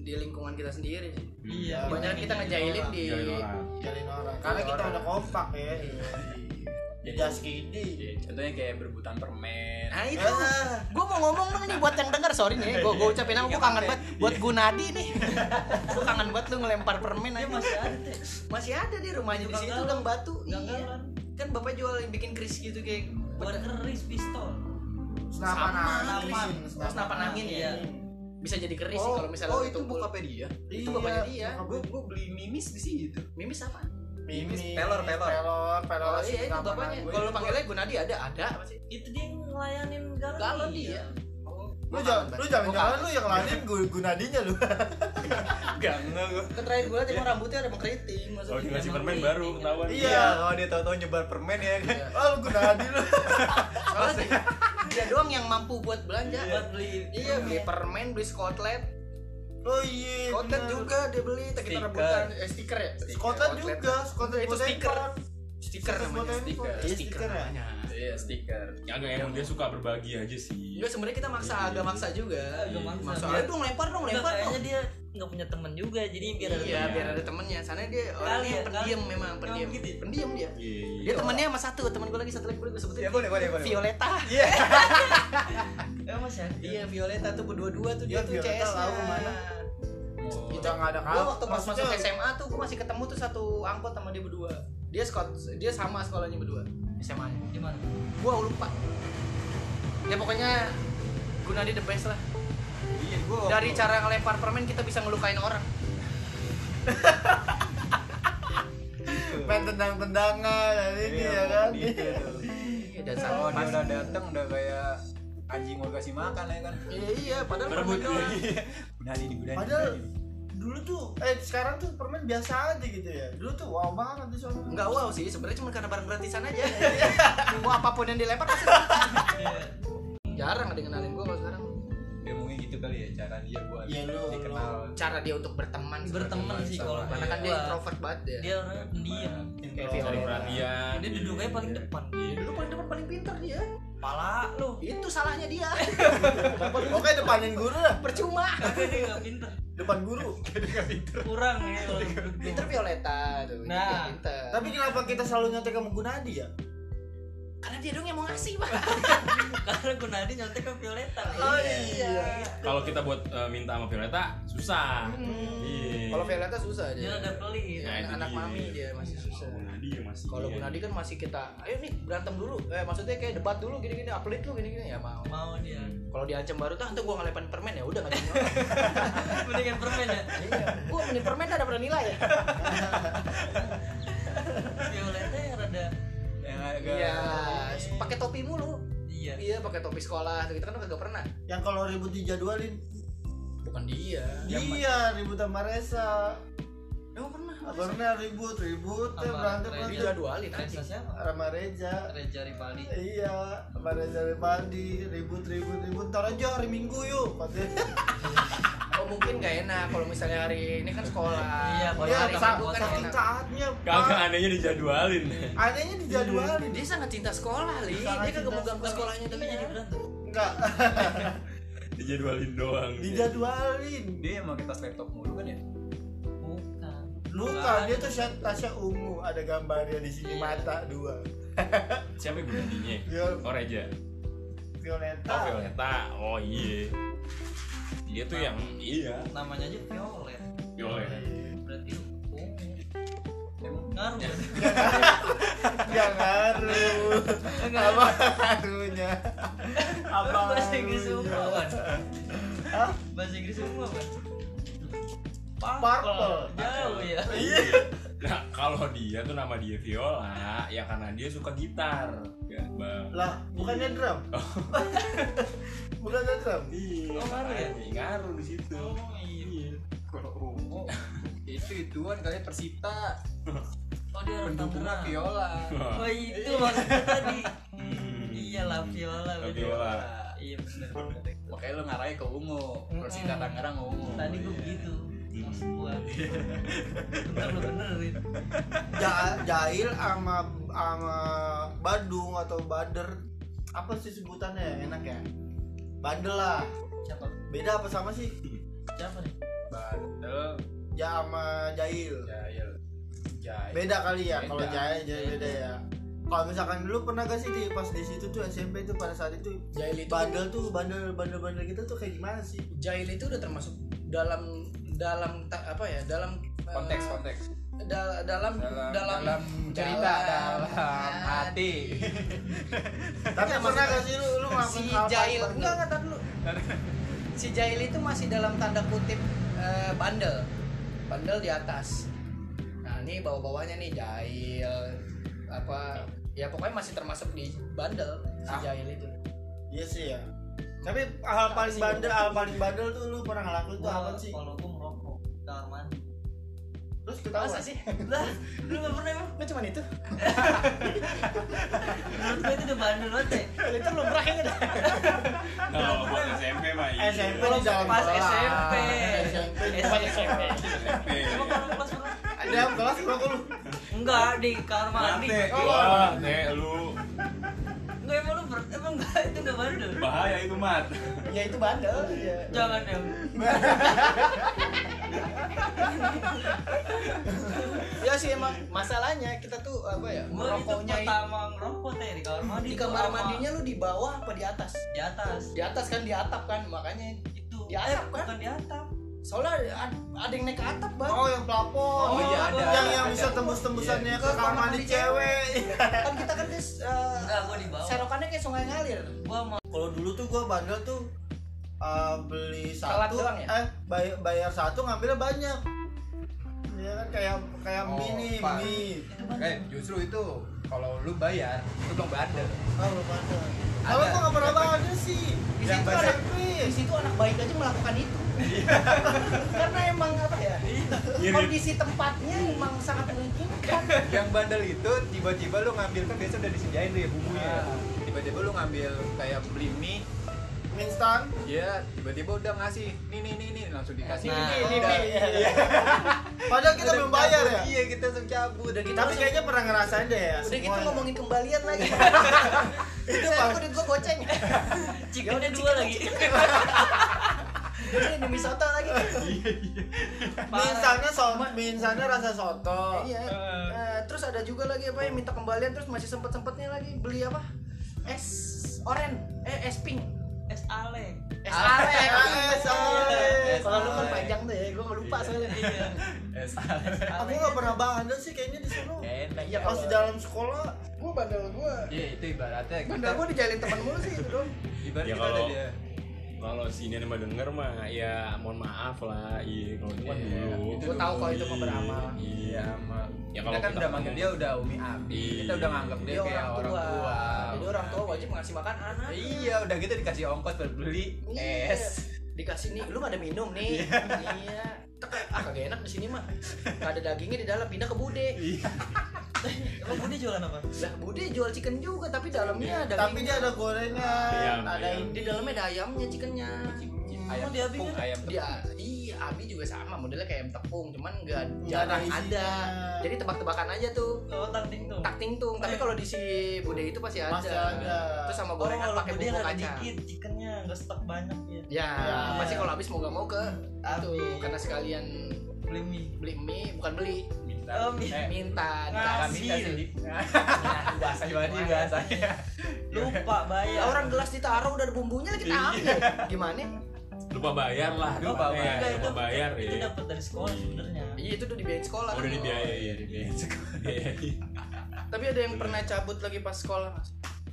di lingkungan kita sendiri sih. Iya. Banyak kita ngejailin di Jailin orang. Jalin orang karena kita Orang. udah kompak ya di just kidi. Ya, contohnya kayak berebutan permen. Nah itu, Ah. gue mau ngomong dong nih buat yang denger, sorry nih, gue gue ucapin nama, gue kangen banget buat Gunadi nih, gue kangen banget lu ngelempar permen Dia aja. masih ada teh. Masih ada di rumahnya di situ Ganggalan. gang batu, iya. Ganggalan. Kan bapak jual yang bikin keris gitu kayak Buat keris pistol. Senapan Sama, angin, senapan. Senapan angin ya. Iya. Bisa jadi keris sih kalau misalnya oh lu itu tumpul. bokapnya dia. Itu bapaknya dia. Gue gue beli mimis di situ. Mimis apa? Mimis, pelor, pelor. pelor, pelor. Oh iya itu senapan bapaknya. angin. Kalau lu panggilnya Gunadi ada, ada apa sih? Itu dia yang ngelayanin galon. Galon dia. Lu jangan, lu jangan-jangan lu yang lain gu- Gunadinya lu. Enggak, enggak gue. Kan terakhir gue liat emang rambutnya ada mengkeriting Oh, maksudnya. dikasih Emang permen dia- baru ketahuan. Iya. Iya, oh dia tahu-tahu nyebar permen ya kan. Iya. Oh lu Gunadi lu. Soalnya dia doang yang mampu buat belanja. Buat beli. Iya, beli permen, beli skotlet. Oh iya. Skotlet bener. juga dia beli, kita Stiker. rebutan eh, stiker ya. Skotlet juga, skotlet Itu buat stiker. handphone. Stiker Stiker buat namanya. handphone. Stiker. Iya, Stiker stiker ya. namanya. Iya, stiker. Ya enggak, emang dia suka berbagi aja sih. Enggak sebenarnya kita maksa, Iya. agak maksa juga. Agak maksa. Maksa. Dia- Ayo dong lempar dong, Enggak, lempar kayaknya dong. dia nggak punya temen juga, jadi biar ada Iya, temen. biar ada temennya. Soalnya dia Kali orangnya ya, pendiam kali. memang, pendiam. gitu ya? Pendiam dia. Iya. Dia temennya sama satu, teman gue lagi satu lagi boleh gue sebutin. Ya boleh, boleh, boleh. Violeta. Iya. Eh masih ada. Iya, Violeta tuh berdua-dua tuh dia Iya, tuh Violeta C S. tahu kemana. Itu Udah nggak ada gue kabar. waktu pas masuk Maksudnya- S M A tuh gue masih ketemu tuh satu angkot sama dia berdua. Dia skot, dia sama sekolahnya berdua S M A-nya. Di mana? Gue lupa. Ya pokoknya Gunadi the best lah. Iya, gue Dari cara ngelempar permen kita bisa ngelukain orang. Main tendang-tendangan ini ya kan. Gitu tuh. Iya, dan Kalau sama dia udah datang udah kayak anjing mau kasih makan ya kan. Iya, iya, padahal Berebut permen doang. Gunadi di Gunadi. Padahal dulu tuh eh sekarang tuh permen biasa aja gitu ya. Dulu tuh wow banget di sana. Enggak wow sih, sebenarnya cuma karena barang gratisan aja. Mau apapun yang dilempar pasti minta. Jarang ada yang kenalin gue kalau sekarang. Dia mungkin gitu kali ya cara dia buat Iya, lu- dikenal. Cara dia untuk berteman Berteman sebenarnya. sih kalau Karena kan dia gua. introvert banget ya. Dia orangnya pendiam. Kayak Cari Violeta. perhatian. Dia duduknya paling depan. Dia dulu paling depan paling pintar dia. Pala lu. Itu salahnya dia. Oke depanin guru dah. Percuma. Kagak dia enggak pinter. Depan guru. Kurang ya kalau menurut gua. Pintar Violeta tuh. Nah. Dia pintar. Tapi kenapa kita selalu nyontek sama Gunadi ya? Karena dia dong yang mau ngasih, Pak. Karena Gunadi nyontek ke Violeta. Oh iya. Kalau kita buat eh, minta sama Violeta susah. Hmm. Iya. Kalau Violeta susah Dia dia. ada pelit. Nah, itu anak dia. mami dia masih susah. Kalau Gunadi ya masih. Kalau iya. Gunadi kan masih kita, ayo nih berantem dulu. Eh maksudnya kayak debat dulu gini-gini, upload lu gini-gini ya mau. Mau dia. Kalau diancam baru tuh, gua ngelepain permen ya udah nggak jadi. Mendingan permen ya. Iya, gua mending permen dah daripada nilai ya. Violeta yang rada Yang agak Iya, pakai topi mulu. iya. Iya, pakai topi sekolah. Kita kan kagak pernah. Yang kalau ribut dijadwalin. Bukan dia. Iya, ribut sama Reza. Emang pernah. Pernah ribut, ribut, eh, Sama berantem Reza. berantem. Dijadwalin Reza aja. siapa? Sama Reza. Reza Ripaldi. Iya, sama Reza Ripaldi, ribut, ribut, ribut. Ntar aja hari Minggu yuk, katanya. Oh mungkin gak enak kalau misalnya hari ini kan sekolah. Iya, kalau Iya, hari sa- Minggu kan saking enak. taatnya. Kagak Pak. anehnya dijadwalin. Anehnya dijadwalin. Dia sangat cinta sekolah, Li. Sangat Dia kagak cinta mau ganggu sekolah. sekolahnya Tapi dia. jadi berantem. Enggak, Dijadwalin doang. dijadwalin. dia emang kita laptop mulu kan ya. Bukan. Luka, dia tuh Tasya, Tasya ungu, ada gambarnya di sini Iya. mata dua. Siapa yang Gunadinya? Viol- Oh Reja. Violeta. Oh Violeta. Oh iya. Dia tuh yang iya. Namanya aja Violet. Violet. Berarti ungu. Emang Ngaruh. Gak ngaruh. Apa ngaruhnya? Apa Bahasa Inggris ngaruhnya? semua, Wan. Hah? Bahasa Inggris semua, Wan. Purple. Jauh ya. Iya. Nah kalau dia tuh nama dia Viola, ya karena dia suka gitar. Ya, Bang. Lah, bukannya drum. Bukannya drum. Iya. Oh, ngaruh ya? makanya Ngaruh di situ. Oh iya. kalau ungu itu ituan kali Persita. Oh dia orang Pendukungnya Tangerang. Viola. Oh itu maksudnya tadi. Hmm. Iyalah Viola. Oh, bener. Viola. Iya benar. Makanya lu ngarahin ke ungu. Persita Tangerang ungu. Tadi gue begitu. Maksud gua. Bentar lu benerin. Ja, Jail sama sama Badung atau Bader. Apa sih sebutannya ya? Enak ya? Bandel lah. Siapa? Beda apa sama sih? Siapa nih? bandel, Ya sama jahil. jahil, jahil. Beda kali ya Beda. kalau jahil jahil beda ya. Kalau misalkan dulu pernah gak sih di pas di situ tuh S M P tuh pada saat itu Jahil itu bandel tuh bandel bandel bandel kita tuh kayak gimana sih? jahil itu udah termasuk dalam dalam ta- apa ya dalam eh, Konteks konteks. da- dalam Dalam, dalam dalam cerita, dalam hati. hati. Tapi pernah gak sih lu lu ngelakuin si hal jahil bandel? enggak enggak tar dulu si jahil itu masih dalam tanda kutip eh, bandel bandel di atas. Nah ini bawah-bawahnya nih jahil apa ya pokoknya masih termasuk di bandel si Ah. jahil itu. Iya sih ya. Tapi hal Apa paling sih, bandel, Bang? hal paling bandel tuh lu pernah ngelakuin tuh Gua- apa sih? Kalau gua merokok di kamar mandi. Terus ketawa. Masa sih? Lah, lu gak pernah emang? Lu cuman itu? Menurut gua itu udah bandel banget ya. Kalau itu belum pernah kayaknya dah. Kalau buat S M P mah iya. S M P Kalau di dalam pas kelas. S M P. S M P di Pas dalam S M P. S M P. Emang kalau lu pas pernah? Ada yang kelas berapa lu? Enggak, di kamar mandi. Mate, Oh. wah, nih lu Enggak, emang lu ber- emang enggak, itu enggak bandel. bahaya itu mat. Ya itu bandel. Ya. Jangan ya. Ya sih emang masalahnya kita tuh apa ya? Gua itu Merokoknya itu pertama ngerokok teh di kamar mandi. di tuh kamar sama- mandinya lu di bawah apa di atas? di atas. Di atas kan di atap kan makanya Itu Di atap, eh, kan? bukan di atap. soalnya ada, ada yang naik ke atap bang. Oh yang plafon. Oh, iya, ada, Yang ada, yang ada. bisa tembus-tembusannya Iya. ke kamar mandi cewek. Kan kita kan des, eh, Enggak, gua di bawah. serokannya kayak sungai ngalir. Gua mau Kalau dulu tuh gua bandel tuh uh, beli Telat satu, doang ya? eh bayar, bayar satu ngambilnya banyak. Ya kan kayak kayak Oh, mie nih, Pak. mie. itu bandel. Eh, justru itu kalau lu bayar, itu belum bandel. Oh, belum bandel. Ada. Kalau gua nggak pernah bandel sih. Di Yang situ S anak, M P. di situ anak baik aja melakukan itu. Karena emang apa ya? Kondisi tempatnya emang sangat memungkinkan. Yang bandel itu tiba-tiba lu ngambil kan biasa udah disediain tuh ya bumbunya. Ah. Tiba-tiba lu ngambil kayak beli mie, Mie instan. ya tiba-tiba udah ngasih nih nih nih nih langsung dikasih. Nah. Nih, nih, Udah. nih. Iya. Padahal kita Udah belum bayar cabut. ya. Iya, kita langsung cabut. Udah gitu Tapi langsung- kayaknya pernah ngerasain deh ya. Udah gitu semuanya. ngomongin kembalian lagi. Itu Pak. aku duit gua goceng. Chickennya dua lagi. Ini demi soto lagi. Mie instannya so, mie instannya rasa soto. Iya. Eh, terus ada juga lagi apa yang minta kembalian terus masih sempet-sempetnya lagi beli apa? Es oren, eh es pink. Es ale. Es ale. Es ale. Kalau lu kan panjang tuh ya, gua nggak lupa soalnya. Iya. Es. Aku nggak pernah bandel sih kayaknya di sana. Enak. Iya, Pas di dalam sekolah. Gua bandel gua. Iya, itu ibaratnya kita Bandel gua dijalin temen mulu sih itu dong. ibarat Ya kita ada kalau- dia. Kalau si Nian mah denger mah ya mohon maaf lah. Iya, kalau itu kan Iya, dulu. itu Gua tahu kalau itu mau beramal. Iya. Iya, sama. Ya, kita kalau kan kita udah manggil ngomong- dia udah Umi Abi. Iya. Kita udah nganggap dia Dia kayak orang tua. Jadi orang tua wajib ngasih makan anak. Iya, udah gitu dikasih ongkos buat beli Iya. es. Dikasih nih, lu gak ada minum nih. Iya. Tek, ah kagak enak di sini mah. Gak ada dagingnya di dalam, pindah ke bude. Emang Budi jualan apa? Lah bude jual chicken juga tapi dalamnya ada Tapi dia ada gorengan, Ayam, ada ayam. di dalamnya ada ayamnya chickennya. Ayam di Abi tepung, kan? ayam Dia iya Abi juga sama modelnya kayak ayam tepung cuman enggak Nggak jarang ada isinya. ada. Jadi tebak-tebakan aja tuh. Oh, tang ting tung. Tak tingtung, tapi kalau di si bude itu pasti ada. Masih ada. Terus sama Oh, gorengan kalau pakai Budi bumbu ada kacang. dikit, chickennya nggak stok banyak ya. Ya, Ya. pasti kalau habis mau gak mau ke itu Habis. karena sekalian Beli mie. beli mie bukan beli minta. Oh, mie. Eh, minta Ngasih. kami kasih di bahasa gimana sih bahasanya? Lupa ya bayar. orang gelas ditaruh udah ada bumbunya lagi kita ambil gimana Lupa bayar lah. Lupa gimana ya? bayar. Enggak, itu, Lupa bayar itu ya. dapat dari sekolah sebenarnya. iya itu tuh dibiayain sekolah Oh, kan. udah dibiayai ya, dibiayai sekolah. Tapi ada yang pernah cabut lagi pas sekolah Mas?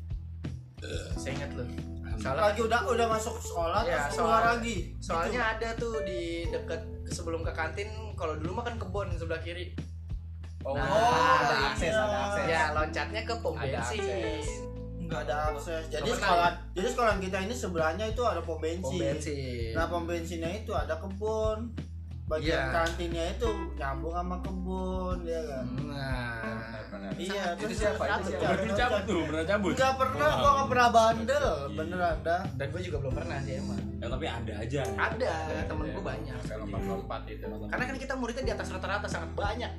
Saya ingat loh salah lagi udah udah masuk sekolah Ya, terus keluar soal- lagi. soalnya ada tuh di deket sebelum ke kantin kalau dulu mah kan kebon sebelah kiri. Oh, Nah, ada iya. akses, ada akses. Ya loncatnya ke pom Ada bensin. akses. Nggak ada akses. Jadi Pernah sekolah jadi sekolah kita ini sebelahnya itu ada pom Pom bensin. bensin. Nah, pom bensinnya itu ada kebun. Bagian Iya. kantinnya itu nyambung sama kebun ya kan. Nah, Benar. Iya, Itu terus siapa? cabut, Itu siapa? cabut, Berarti cabut tuh, pernah cabut. Enggak pernah, Oh, gua nggak pernah bandel, Iya. beneran dah. dan gue juga belum pernah sih emang. Ya, tapi ada aja. Ada temen gue banyak. Saya lompat-lompat itu. Karena kan kita muridnya di atas rata-rata sangat banyak.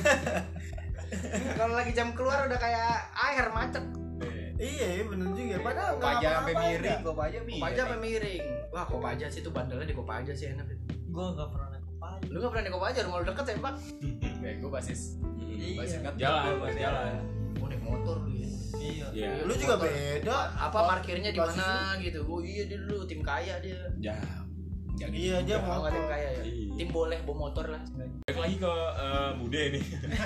Kalau lagi jam keluar udah kayak air macet. Iya, bener juga. Padahal nggak Kopaja sampai ngapa-ngapain miring, dah. Kopaja miring. Kopaja apa miring? Wah Kopaja sih itu bandelnya di Kopaja sih enak. Gue nggak pernah naik. Lu nggak pernah naik Kopaja, rumah lu deket ya Pak? Kayak gue basis Iya. basis ngetop Jalan, tuh, pas iya. jalan. Mau naik motor lu ya. Iya. Iya. Lu juga beda. Apa Oh, parkirnya di basis mana gitu? Oh iya dia dulu tim kaya dia. Ya. Ya lu. Iya dia Oh, mau nggak tim kaya ya. Iya. Tim boleh bawa motor lah. Balik lagi ke eh, Bude nih.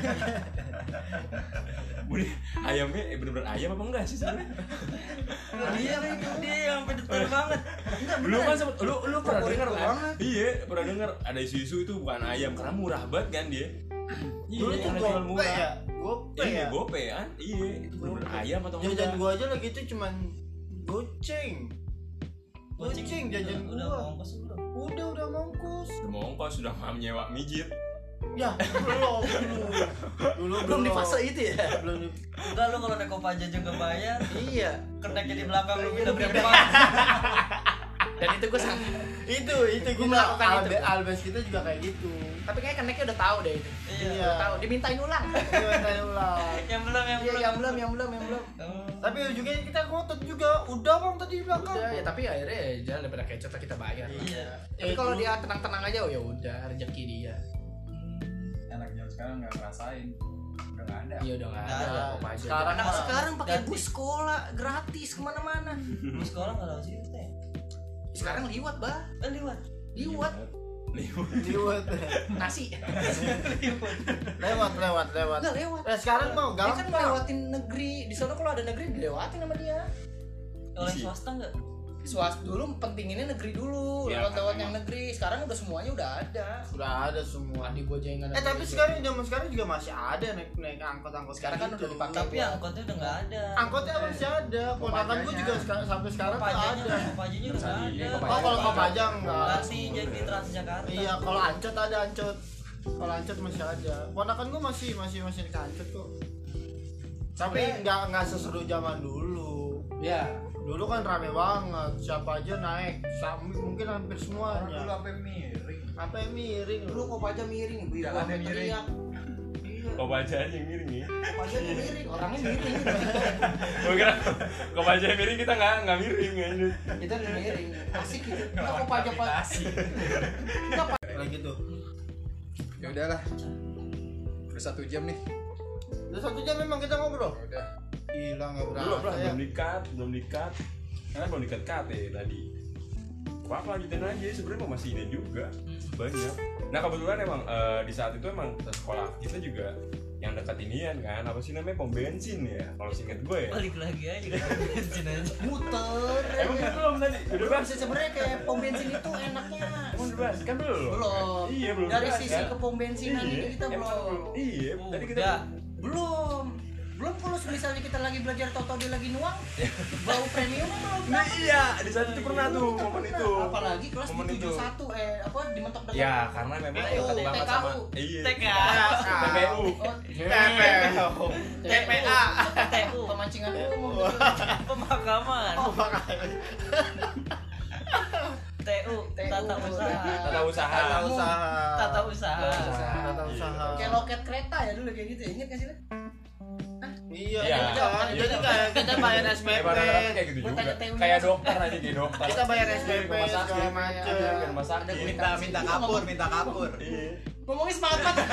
Bude, ayamnya eh, bener-bener ayam apa enggak sih sebenarnya? Iya itu dia yang sampai detail banget. Lu kan sempet, lu lu pernah Favorit dengar gua kan? banget. Iya, pernah dengar ada isu-isu itu bukan ayam karena murah banget kan dia. Iya, Dulu tuh karena jual gope murah. ya. Gope Iya, ya. gope kan? Iya, itu bener-bener ayam atau enggak? Jajan gua aja lagi itu cuman goceng. Goceng jajan udah gua. ongkos belum? Udah udah mongkos. Udah mau ongkos, sudah nggak menyewa mijit. Ya, belum dulu. Dulu Belum di fase itu ya. Belum di Enggak lu kalau naik Kopaja juga bayar. Iya. Keneknya di belakang lu Iya, pindah lu berempat. Dan itu gue sang. itu itu Gua kita melakukan itu. albe, albes kita juga kayak gitu. Tapi kayaknya keneknya udah tahu deh itu. Iya. Udah tahu. Dimintain ulang. Gimana ulang. Yang belum yang Iya, belum. yang belum, yang belum, yang belum. Oh. Tapi ujungnya kita ngotot juga. Udah bang tadi di belakang. Udah ya, tapi akhirnya ya jangan daripada kecot lah kita bayar. Iya. Tapi Eh, kalau dulu- dia tenang-tenang aja, oh ya udah rezeki dia. anak zaman sekarang nggak ngerasain udah nggak ada. Iya udah nggak Nggak ada. ada. Apa aja. Sekarang Anak mah sekarang pakai ganti. bus sekolah gratis kemana-mana. Di sekolah enggak tahu sih teh. Sekarang liwat bah, Eh liwat. liwat Liwat. Liwat. nasi. lewat lewat lewat. Enggak lewat. Nah, sekarang mau Dia kan gampang. lewatin negeri. Di sana kalau ada negeri dilewatin sama dia. Oleh Isi. swasta enggak? Swasta dulu pentinginnya negeri dulu, Ya, lewat-lewat kan, yang negeri. Sekarang udah semuanya udah ada. Sudah ada semua. Adik gua aja yang nggak Eh tapi negeri. sekarang zaman sekarang juga masih ada naik naik angkot-angkot Sekarang kan kayak udah gitu. dipakai. Tapi angkotnya udah enggak ada. Angkotnya masih ada. Ponakan gua juga sekarang, sampai sekarang tuh Kopajanya, ada. Kopajanya udah enggak Iya, ada. Oh kalau Kopaja enggak. Ganti jadi Transjakarta. Iya kalau Ancot ada Ancot. Kalau Ancot masih ada. Ponakan gua masih masih masih naik Ancot kok. Tapi nggak nggak seseru zaman dulu. Ya. Dulu kan rame banget. Siapa aja naik. Sam- mungkin hampir Orang dulu semuanya. sampai miring. Apa yang miring Dulu lu? kok aja miring, ibu ibu Jalannya sampai miring. teriak. Iya. Kok baca aja yang miring ya? Kok aja miring, orangnya miring. Gue kira kok baca miring kita nggak nggak miring ya ini. Kita udah miring. Asik gitu. Kita kok aja pak. Enggak pak. Lagi tuh. Ya udahlah. Udah satu jam nih. Udah satu jam memang kita ngobrol. Ya udah. Gila nggak Belum berasa belum ya. belum dikat, belum dikat. Karena belum dikat kat ya tadi. Apa apa lanjutin aja sebenarnya mau masih ini juga banyak. Nah kebetulan emang eh, di saat itu emang sekolah kita juga yang dekat inian kan apa sih namanya pom bensin ya kalau singkat gue ya. Balik lagi aja ke bensin aja. Muter. Emang kan belum tadi udah Belum bahas sih sebenarnya kayak pom bensin itu enaknya. emang udah bahas kan belum. Belum. Iya belum. Dari bahas, sisi kan? ke pom bensinan Iya, itu kita emang belum. Iya tadi kita Udah. Belum. Belum kalau misalnya kita lagi belajar toto dia lagi nuang, bau premium belum. Nah iya di saat itu pernah tuh Kita momen pernah. itu. Apalagi kelas Momen di itu. tujuh puluh satu eh apa dimentok dengan Ya karena memang T K U, dekat banget T K U. sama iya. T K. T P U. Oh, T P A. T U. pemancingan umum. Pemakaman. Oh makanya. T U. Tata usaha. Tata usaha. Tata usaha. Tata usaha. Tata usaha. Kayak loket kereta ya dulu kayak gitu. Ingat gak sih? Lu? Iya, Iya. kan? Iya. Jadi kayak kita bayar S P Eh, P. rata-rata kayak gitu Gua juga. tanya T U-nya Kayak langsung. dokter aja kayak dokter. Kita bayar S P P Rumah sakit. segala macem. Iya, ke rumah sakit. Ada Minta minta kapur, minta kapur. Iya. Ngomongin semangat banget.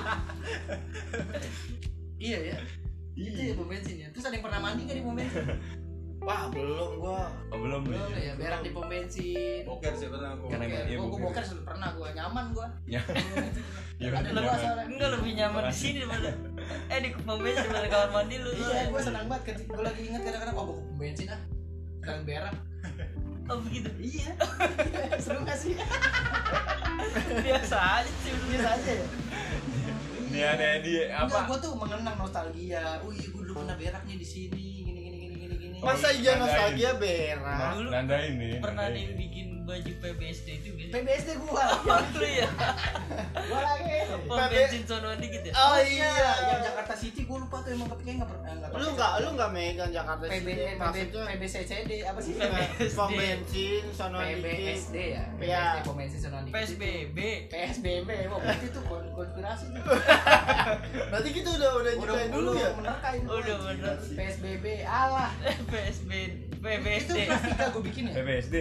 Iya ya. Itu ya Iya. pom bensin ya. Terus ada yang pernah mandi gak di pom bensin? Wah, belum gua. Oh, belum nih. Belum ya, berak di pom bensin. Boker sih pernah aku. Karena emang Oke, iya, gua, gua boker. boker sudah pernah gua nyaman gua. Ya. Iya, Ada bener, dua nyaman. soalnya. Enggak lebih nyaman di sini daripada eh di pom bensin daripada kamar mandi lu. Iya, gua senang banget ketika gua lagi ingat kadang-kadang oh gua ke pom bensin ah. Kalian berak. Oh begitu. Iya. Seru gak sih? Biasa aja sih. Biasa aja ya. Nih ada di Enggak, apa? gua tuh mengenang nostalgia. Oh iya, gua dulu pernah berak nih di sini, gini gini gini gini gini. Masa iya Nandain. nostalgia berak? Dulu Nandain nih. Pernah ada nandain. yang bikin baju P B S D itu gitu. P B S D gua. Oh lu ya. Gua lagi. Pom P B bensin sono dikit ya. Oh iya. Yang Jakarta City gua lupa tuh emang kepikirnya enggak pernah enggak. Lu enggak lu enggak megang Jakarta P B City maksudnya P B C C D apa sih? P B S D. pom bensin sono P B dikit. S D ya. P B Iya. S D pom bensin sono dikit. P S B B. P S B B. Wah, berarti itu kon- konspirasi tuh. Berarti kita udah udah Udah nyudahin dulu ya. menerka itu. Udah bener. P S B B alah. P S B B B S Itu D. grafika gua bikin P ya. B S D.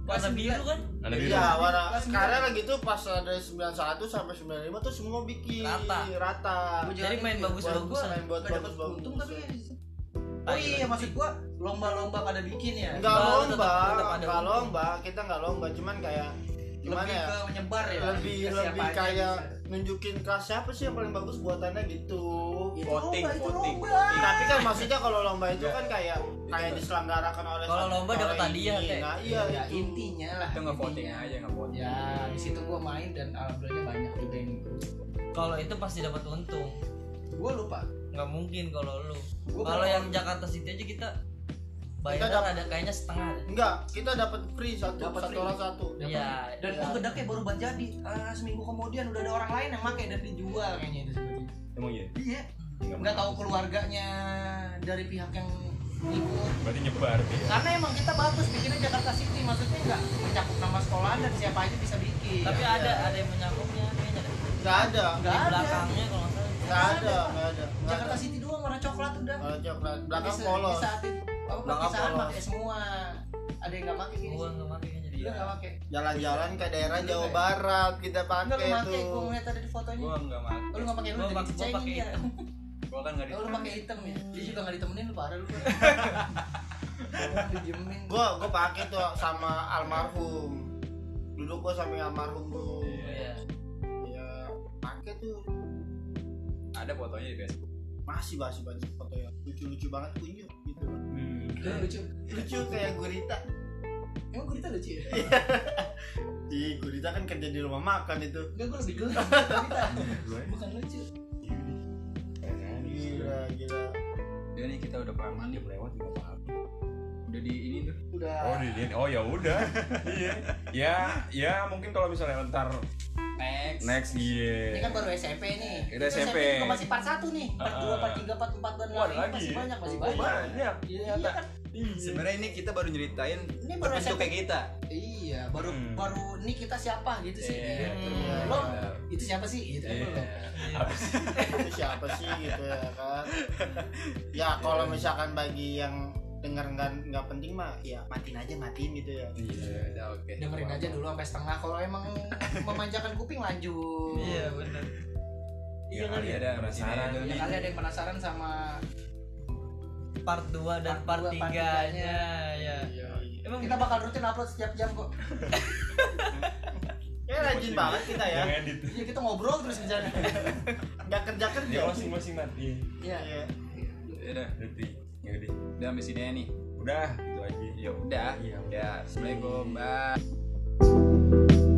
Warna biru kan? Ada biru. Iya, warna Kelas sembilan. sekarang lagi tuh pas ada sembilan puluh satu sampai sembilan puluh lima tuh semua bikin Rata. rata. Gua Jadi jalanin main gitu. bagus-bagus. Main buat Gak dapet bagus-bagus. untung tapi oh iya maksud gua lomba-lomba pada bikin ya Enggak Tetap- lomba, tetap- tetap ada enggak untung. lomba, kita enggak lomba, cuman kayak gimana lebih ya? ke menyebar ya Lebih Ke lebih siapa aja kayak bisa. nunjukin kelas siapa sih yang paling bagus buatannya gitu. Itu Voting, lomba, itu voting, lomba. voting. Tapi kan maksudnya kalau lomba itu kan kayak kayak diselenggarakan oleh Kalau satu- lomba dapat oleh hadiah, ini. Teh. Nah, iya ya, itu. intinya lah Itu nggak voting intinya. aja, nggak voting. Ya di situ gua main dan alhamdulillah banyak juga yang ikut. Kalau itu pasti dapat untung. Gua lupa. Nggak mungkin kalau lu. Gua Kalau kalau- yang Jakarta City aja kita bayar Kita dapat- ada kayaknya setengah. deh. Enggak, kita dapat free satu Dapat satu free. orang satu. Iya. Dan Iya. oh gedaknya baru banget jadi Ah, seminggu kemudian udah ada orang lain yang pakai dan dijual kayaknya itu sebenarnya. Emang iya? Iya. Nggak Nggak tahu pernah. keluarganya dari pihak yang ikut. Berarti nyebar dia. Karena emang kita bagus bikinnya Jakarta City, maksudnya nggak mencakup nama sekolahan dan siapa aja bisa bikin. Tapi Iya. ada ada yang menyangkutnya kayaknya deh. Enggak ada. Nggak Di ada. belakangnya kalau nggak salah. Enggak ada, enggak ada. Nggak Jakarta ada. City doang warna coklat udah. Kalau coklat belakang Bisa- polos. Bisa aktif. Apa Belakang perpisahan polos. pakai semua. Ada yang nggak pakai gini. Gua nggak pakai kayaknya Dia dia. nggak pakai. Jalan-jalan ke daerah Lu Jawa kayak- Barat kita Nggak pakai lu pakai. Gua tuh. ngeliat tadi di fotonya. Gua nggak mau. Oh, lu nggak pakai lu Gua jadi pakai- gua dicengin pakai dia. hitam. Gua kan nggak di. Oh, lu pakai hitam ya. Dia juga nggak ditemenin lu parah lu. Lu didiemin. Gua gua pakai tuh sama almarhum. Duduk gua samping almarhum tuh. Iya. Ya, pakai tuh. Ada fotonya di Facebook. Masih masih banyak foto yang lucu-lucu banget kunyuk gitu. Hmm. Itu lucu. Lucu kayak gurita. Emang gurita lucu ya? Ih, gurita kan kerja di rumah makan itu. Enggak, gue lebih geli gurita. Lu ya? Bukan lucu. Gila, gila. Dia nih kita udah pernah mandi Lewat nggak apa-apa. udah di ini tuh. Udah. Oh di di- oh ya udah. Iya. Ya ya mungkin kalau misalnya ntar Next. next iya. Ini kan baru S M P nih. Kita Itu S M P. juga masih part satu nih. Part Ah, dua, ah. part tiga, part empat, part Wah, lima ada lagi. masih banyak, masih Oh, banyak. banyak. Iya, Ternyata. kan? Sebenarnya ini kita baru nyeritain Ini baru S bentuk M P. kayak kita. Iya, baru Hmm. baru ini kita siapa gitu sih. Iya. Gitu. Lo itu siapa sih? Gitu kan Iya. lo. Apa sih? Itu siapa sih gitu ya kan? Ya kalau misalkan bagi yang denger nggak nggak penting mah ya matiin aja matiin gitu ya. Iya. Udah oke. Dengerin aja dulu sampai setengah. Kalau emang memanjakan kuping lanjut. Iya benar. Iya kali kali ada ada penasaran. di sini. Ya kali ada yang penasaran sama Part dua dan Part part dua, part tiga-nya ya. Iya. Emang Kita bakal rutin upload setiap jam kok. Ya rajin banget kita ya. Yang edit. Iya, kita ngobrol terus bicara. Nggak kerja kerja. Dia masing-masing mati. Iya. Iya. Ya udah, Berarti ya udah. udah sampai sini aja nih. Udah gitu aja. Ya udah. Iya. Ya, assalamualaikum. Bye.